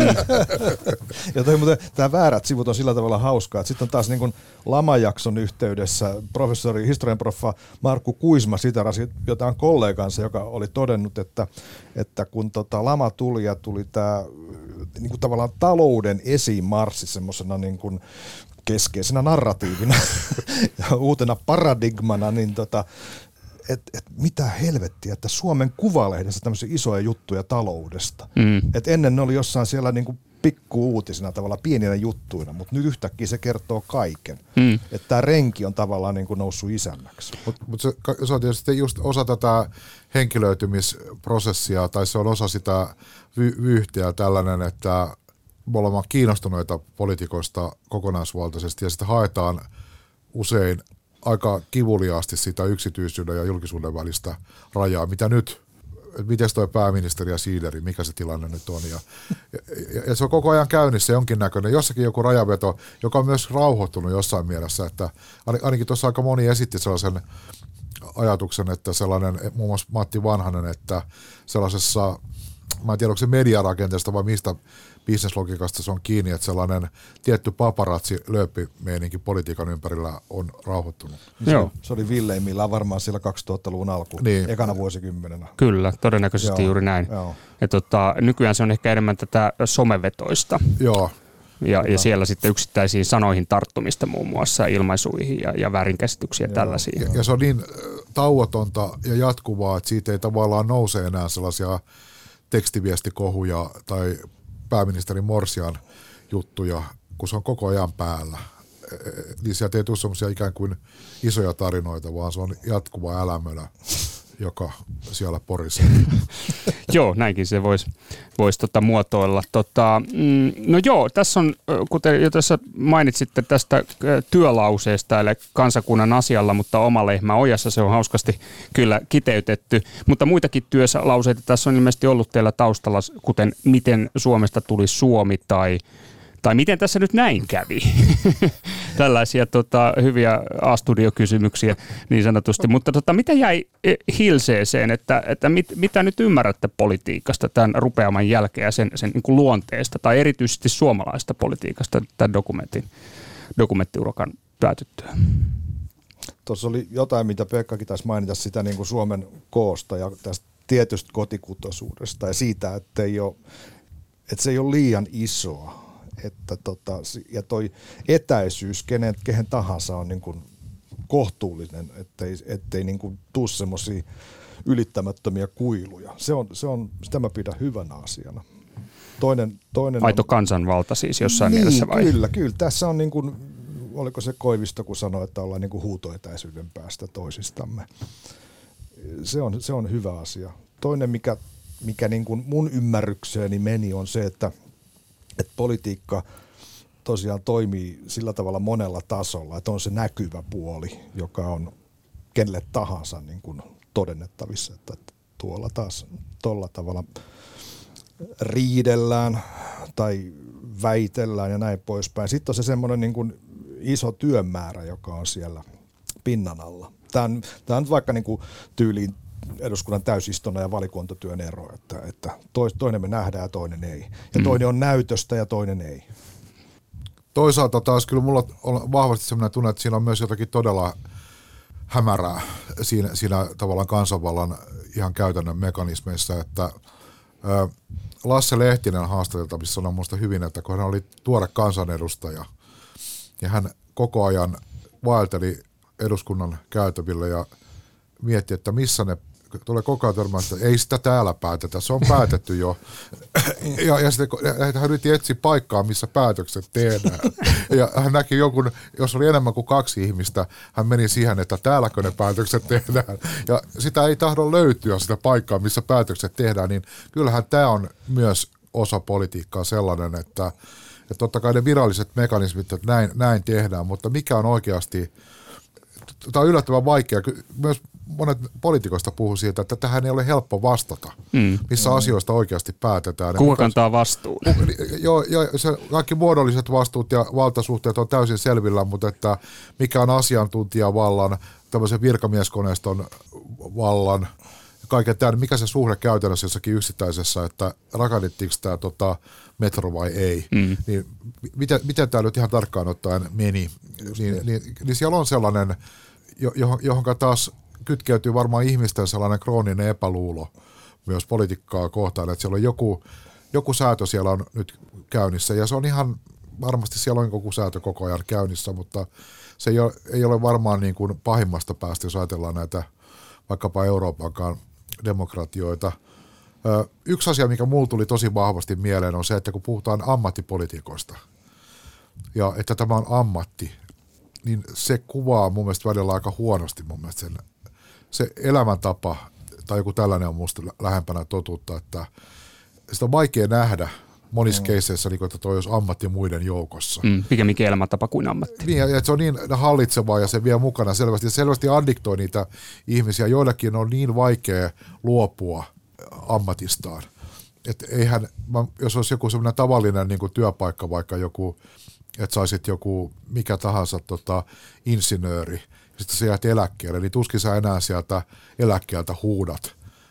Ja tämä väärät sivut on sillä tavalla hauskaa, että sitten on taas niin kuin lamajakson yhteydessä historian proffa Markku Kuisma siterasi jotain kollegansa, joka oli todennut, että kun lama tuli ja tuli tämä niin kuin tavallaan talouden esimarssi semmoisena niin kuin keskeisenä narratiivina ja uutena paradigmana, niin mitä helvettiä, että Suomen Kuvalehdessä tämmöisiä isoja juttuja taloudesta. Et ennen ne oli jossain siellä niinku pikku-uutisina tavallaan pieninä juttuina, mutta nyt yhtäkkiä se kertoo kaiken. Että tämä renki on tavallaan niinku noussut isännäksi. Mutta se on tietysti just osa tätä henkilöitymisprosessia, tai se on osa sitä vyyhteä tällainen, että me ollaan kiinnostuneita poliitikoista kokonaisvaltaisesti ja sitten haetaan usein aika kivuliaasti sitä yksityisyyden ja julkisuuden välistä rajaa, mitä nyt, miten toi pääministeri ja siileri, mikä se tilanne nyt on. Ja se on koko ajan käynnissä jonkinnäköinen, jossakin joku rajaveto, joka on myös rauhoittunut jossain mielessä, että ainakin tuossa aika moni esitti sellaisen ajatuksen, että sellainen, muun muassa Matti Vanhanen, että sellaisessa, mä en tiedä onko se mediarakenteesta vai mistä bisneslogiikasta se on kiinni, että sellainen tietty paparazzi-lööppimeininki politiikan ympärillä on rauhoittunut. Se oli villeimmillään varmaan siellä 2000-luvun alkuun, ekana vuosikymmenenä. Kyllä, todennäköisesti juuri näin. Ja nykyään se on ehkä enemmän tätä somevetoista. Joo. Ja siellä sitten yksittäisiin sanoihin tarttumista muun muassa ilmaisuihin ja väärinkäsityksiä tällaisia. Ja se on niin tauotonta ja jatkuvaa, että siitä ei tavallaan nouse enää sellaisia tekstiviestikohuja tai pääministerin Morsian juttuja, kun se on koko ajan päällä. Niin sieltä ei tule semmoisia ikään kuin isoja tarinoita, vaan se on jatkuva älämölä, joka siellä porisee. Joo, näinkin se voisi muotoilla. No joo, tässä on, kuten jo tässä mainitsitte tästä työlauseesta, eli kansakunnan asialla, mutta oma lehmä ojassa, se on hauskasti kyllä kiteytetty. Mutta muitakin työlauseita tässä on ilmeisesti ollut teillä taustalla, kuten miten Suomesta tuli Suomi tai miten tässä nyt näin kävi? Tällaisia hyviä A-studiokysymyksiä niin sanotusti. Mutta mitä jäi hilseeseen, että mitä nyt ymmärrätte politiikasta tämän rupeaman jälkeen ja sen niin kuin luonteesta tai erityisesti suomalaista politiikasta tämän dokumenttiurakan päätyttyä? Tuossa oli jotain, mitä Pekkakin taisi mainita sitä niin kuin Suomen koosta ja tästä tietystä kotikutoisuudesta ja siitä, että se ei ole liian isoa. Ja toi etäisyys kehen tahansa on niin kuin kohtuullinen, ettei niin kuin tuu semmoisia ylittämättömiä kuiluja. Sitä mä pidän hyvänä asiana. Toinen aito kansanvalta siis jossain mielessä vai? Kyllä. Tässä on niin kuin, oliko se Koivisto, kun sanoi, että ollaan niin kuin huutoetäisyyden päästä toisistamme. Se on hyvä asia. Toinen, mikä niin kuin mun ymmärrykseeni meni, on se, että politiikka tosiaan toimii sillä tavalla monella tasolla, että on se näkyvä puoli, joka on kenelle tahansa niin kuin todennettavissa, että tuolla taas tolla tavalla riidellään tai väitellään ja näin poispäin. Sitten on se semmoinen niin kuin iso työmäärä, joka on siellä pinnan alla. Tämä on vaikka niin kuin tyyliin eduskunnan täysistunnon ja valikuntatyön ero, että toinen me nähdään ja toinen ei. Ja toinen on näytöstä ja toinen ei. Toisaalta taas kyllä mulla on vahvasti sellainen tunne, että siinä on myös jotakin todella hämärää siinä tavallaan kansanvallan ihan käytännön mekanismeissa, että Lasse Lehtinen haastateltavissa sanoi minusta hyvin, että kun hän oli tuore kansanedustaja ja hän koko ajan vaelteli eduskunnan käytäville ja mietti, että missä ne tulee koko ajan törmään, että ei sitä täällä päätetä, se on päätetty jo. Ja sitten hän yritti etsiä paikkaa, missä päätökset tehdään. Ja hän näki jonkun, jos oli enemmän kuin 2 ihmistä, hän meni siihen, että täälläkö ne päätökset tehdään. Ja sitä ei tahdo löytyä sitä paikkaa, missä päätökset tehdään, niin kyllähän tämä on myös osa politiikkaa sellainen, että totta kai ne viralliset mekanismit, että näin tehdään, mutta mikä on oikeasti, tämä on yllättävän vaikea, myös monet poliitikoista puhuu siitä, että tähän ei ole helppo vastata, missä asioista oikeasti päätetään. Kuka kantaa vastuun? Joo, kaikki muodolliset vastuut ja valtasuhteet on täysin selvillä, mutta että mikä on asiantuntijavallan, tämmöisen virkamieskoneiston vallan, kaiken tämän, mikä se suhde käytännössä jossakin yksittäisessä, että rakennettiinko tämä metro vai ei, niin miten tämä nyt ihan tarkkaan ottaen meni, niin siellä on sellainen, johonka taas kytkeytyy varmaan ihmisten sellainen krooninen epäluulo myös politiikkaa kohtaan, että siellä on joku säätö siellä on nyt käynnissä, ja se on ihan varmasti siellä on joku säätö koko ajan käynnissä, mutta se ei ole varmaan niin kuin pahimmasta päästä, jos ajatellaan näitä vaikkapa Euroopankaan demokratioita. Yksi asia, mikä mulla tuli tosi vahvasti mieleen, on se, että kun puhutaan ammattipolitiikoista, ja että tämä on ammatti, niin se kuvaa mun mielestä välillä aika huonosti mun mielestä se elämäntapa, tai joku tällainen on musta lähempänä totuutta, että sitä on vaikea nähdä monissa keisseissä, niin että toi olisi ammatti muiden joukossa. Pikemminkin elämäntapa kuin ammatti. Niin, että se on niin hallitsevaa ja se vie mukana selvästi addiktoi niitä ihmisiä. Joillakin on niin vaikea luopua ammatistaan. Että eihän, jos olisi joku semmoinen tavallinen niin kuin työpaikka, vaikka joku, että saisit joku mikä tahansa insinööri, ja sitten sä jäät eläkkeelle, niin tuskin sä enää sieltä eläkkeeltä huudat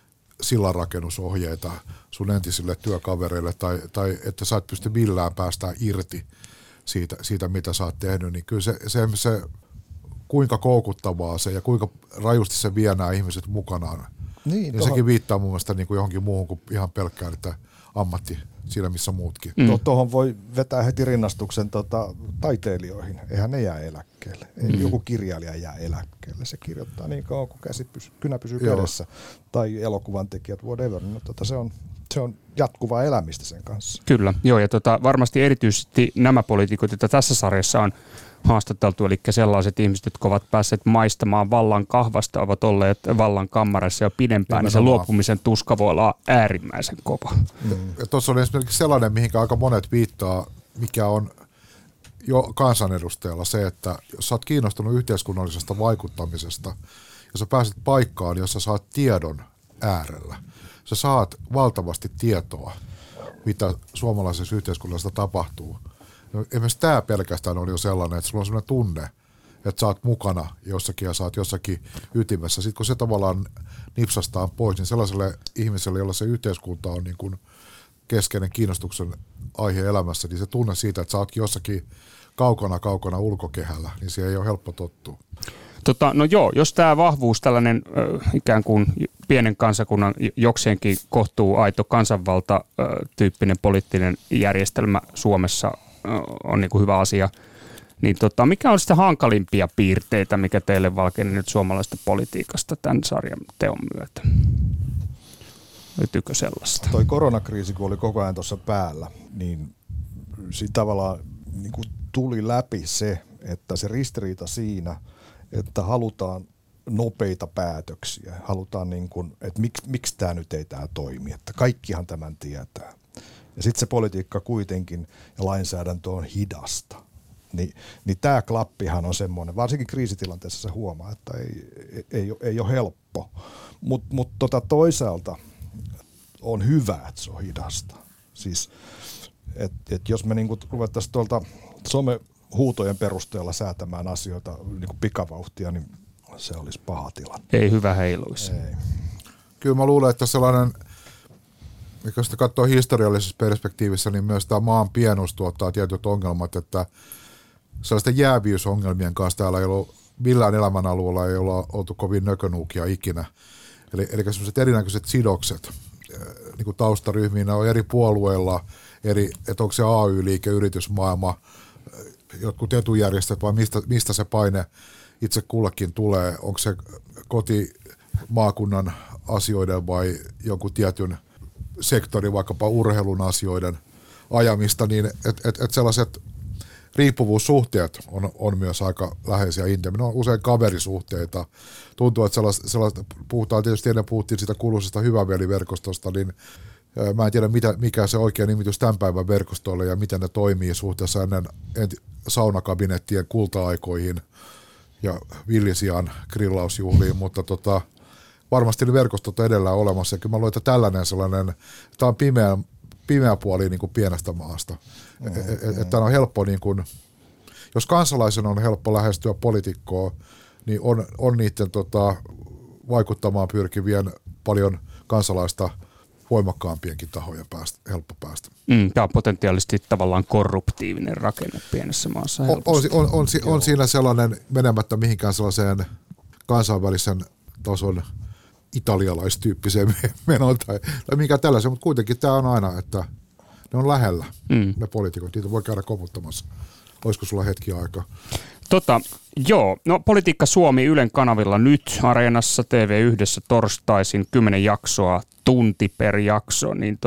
sillanrakennusohjeita sun entisille työkavereille, tai että sä et pysty millään päästään irti siitä, mitä sä oot tehnyt, niin kyllä se kuinka koukuttavaa se ja kuinka rajusti se vie nämä ihmiset mukanaan. Niin sekin viittaa mun mielestä niin kuin johonkin muuhun kuin ihan pelkkään, että ammatti siinä missä muutkin. Tuohon voi vetää heti rinnastuksen taiteilijoihin. Eihän ne jää eläkkeelle. Ei joku kirjailija jää eläkkeelle. Se kirjoittaa niin kauan, kun kynä pysyy kädessä. Tai elokuvan tekijät, whatever. No, se on jatkuvaa elämistä sen kanssa. Kyllä, joo. Ja varmasti erityisesti nämä poliitikot, joita tässä sarjassa on haastateltu, eli sellaiset ihmiset, jotka ovat päässeet maistamaan vallan kahvasta, ovat olleet vallan kammarissa jo pidempään, niin se luopumisen tuska voi olla äärimmäisen kova. Tuossa on esimerkiksi sellainen, mihinkä aika monet viittaa, mikä on jo kansanedustajalla se, että jos sä oot kiinnostunut yhteiskunnallisesta vaikuttamisesta ja sä pääset paikkaan, jossa sä oot tiedon äärellä, sä saat valtavasti tietoa, mitä suomalaisessa yhteiskunnassa tapahtuu. Esimerkiksi tämä pelkästään on jo sellainen, että sulla on sellainen tunne, että sä oot mukana jossakin ja sä oot jossakin ytimessä. Sitten kun se tavallaan nipsastaan pois, niin sellaiselle ihmiselle, jolla se yhteiskunta on niin kuin keskeinen kiinnostuksen aihe elämässä, niin se tunne siitä, että sä ootkin jossakin kaukana ulkokehällä, niin siihen ei ole helppo tottua. No joo, jos tämä vahvuus, tällainen ikään kuin pienen kansakunnan jokseenkin kohtuu aito kansanvalta tyyppinen poliittinen järjestelmä Suomessa on niin kuin hyvä asia, niin mikä on sitä hankalimpia piirteitä, mikä teille valkeni nyt suomalaisesta politiikasta tämän sarjan teon myötä? Löytyykö sellaista? Toi koronakriisi, kun oli koko ajan tuossa päällä, niin siitä tavallaan niin kuin tuli läpi se, että se ristiriita siinä, että halutaan nopeita päätöksiä, halutaan niin kuin, että miksi tämä nyt ei tämä toimi, että kaikkihan tämän tietää. Ja sitten se politiikka kuitenkin ja lainsäädäntö on hidasta. Niin tämä klappihan on semmoinen, varsinkin kriisitilanteessa se huomaa, että ei ole helppo. Mutta toisaalta on hyvä, että se on hidasta. Siis, että jos me niinku ruvettaisiin tuolta somehuutojen perusteella säätämään asioita niinku pikavauhtia, niin se olisi paha tilanne. Ei hyvä heiluisi. Ei. Kyllä mä luulen, että sellainen, jos sitä katsoo historiallisessa perspektiivissä, niin myös tämä maan pienuus tuottaa tietyt ongelmat, että sellaisten jääviysongelmien kanssa täällä ei ollut millään elämänalueella ei olla oltu kovin nökönuukia ikinä. Eli sellaiset erinäköiset sidokset niin kuin taustaryhmiin on eri puolueilla, että onko se AY-liike, yritysmaailma, jotkut etujärjestöt vai mistä se paine itse kullekin tulee, onko se kotimaakunnan asioiden vai jonkun tietyn sektorin, vaikkapa urheilun asioiden ajamista, niin että sellaiset riippuvuussuhteet on myös aika läheisiä intiimiä. Ne on usein kaverisuhteita. Tuntuu, että sellaista puhutaan, tietysti ennen puhuttiin siitä kuuluisesta hyväveliverkostosta, niin mä en tiedä mikä se oikea nimitys tämän päivän verkostoille ja miten ne toimii suhteessa ennen saunakabinettien kulta-aikoihin ja villisian grillausjuhliin, mutta varmasti ne verkostot on edelleen olemassa. Ja kyllä mä luulen, että tällainen sellainen, tämä on pimeä puoli niin kuin pienestä maasta. Että on helppo, niin kuin, jos kansalaisen on helppo lähestyä poliitikkoa, niin on niiden vaikuttamaan pyrkivien paljon kansalaista voimakkaampienkin tahojen helppo päästä. Tämä on potentiaalisesti tavallaan korruptiivinen rakenne pienessä maassa. On siinä sellainen, menemättä mihinkään sellaiseen kansainvälisen tason italialaistyyppiseen menoon tai mikä tällaisen, mutta kuitenkin tämä on aina, että ne on lähellä, ne poliitikot, niitä voi käydä koputtamassa. Olisiko sulla hetki aikaa? Joo, no Politiikka Suomi Ylen kanavilla nyt Areenassa TV1 torstaisin 10 jaksoa, tunti per jakso, niin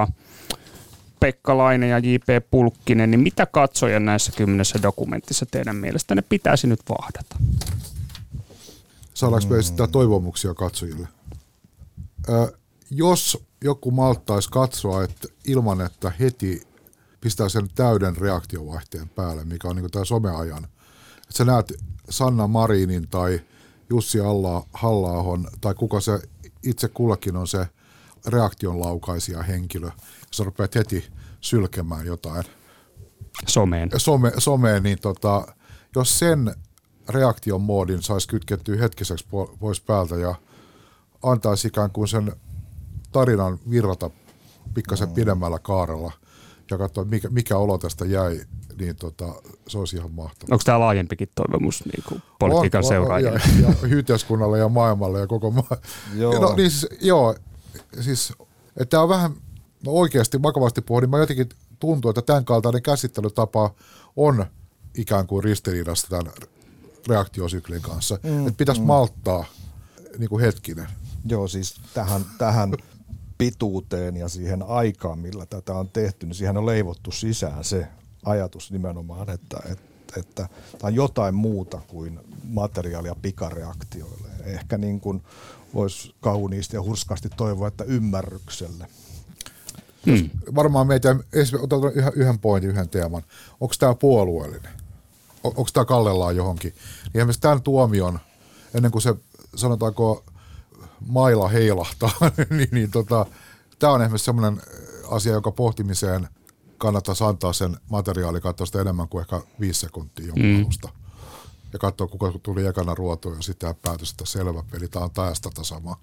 Pekka Laine ja J.P. Pulkkinen, niin mitä katsojan näissä 10 dokumentissa teidän mielestä ne pitäisi nyt vahdata? Saadaanko me esittää toivomuksia katsojille? Jos joku malttaisi katsoa että ilman, että heti pistää sen täyden reaktiovaihteen päälle, mikä on niin kuin tämä someajan, että sä näet Sanna Marinin tai Jussi Halla-ahon tai kuka se itse kullakin on se reaktionlaukaisija henkilö, ja sä rupeat heti sylkemään jotain someen niin jos sen reaktion moodin saisi kytkettyä hetkiseksi pois päältä ja antaisi ikään kuin sen tarinan virrata pikkasen pidemmällä kaarella ja katsoa, mikä olo tästä jäi, niin se olisi ihan mahtavaa. Onko tämä laajempikin toivomus niin kuin politiikan seuraajille? Ja yhteiskunnalle ja maailmalle ja koko Joo. No niin siis että tämä on vähän, oikeasti vakavasti pohdin, mä jotenkin tuntuu, että tämän kaltainen käsittelytapa on ikään kuin ristiriidassa tämän reaktiosyklin kanssa. Että pitäisi malttaa niin kuin hetkinen. Joo, siis tähän pituuteen ja siihen aikaan, millä tätä on tehty, niin siihen on leivottu sisään se ajatus nimenomaan, että tämä on jotain muuta kuin materiaalia pikareaktioille. Ehkä niin kuin voisi kauniisti ja hurskaasti toivoa, että ymmärrykselle. Varmaan otetaan yhden pointin, yhden teeman. Onko tämä puolueellinen? Onko tämä kallellaan johonkin? Niin esimerkiksi tämän tuomion, ennen kuin se sanotaanko maila heilahtaa, niin tämä on esimerkiksi sellainen asia, joka pohtimiseen kannattaisi antaa sen materiaali, katsoa sitä enemmän kuin ehkä 5 sekuntia jonkun alusta. Ja katsoa, kuka tuli ekana ruotuun ja sitten päätös, että selvä peli, tämä on taas tätä samaa.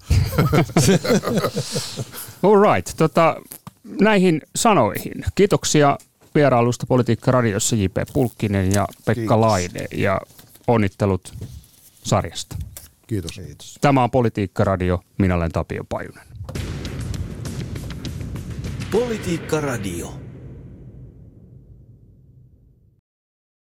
All right. Näihin sanoihin. Kiitoksia vierailusta Politiikka Radiossa J.P. Pulkkinen ja Pekka Laine ja onnittelut sarjasta. Kiitos. Tämä on Politiikka Radio. Minä olen Tapio Pajunen. Politiikka Radio.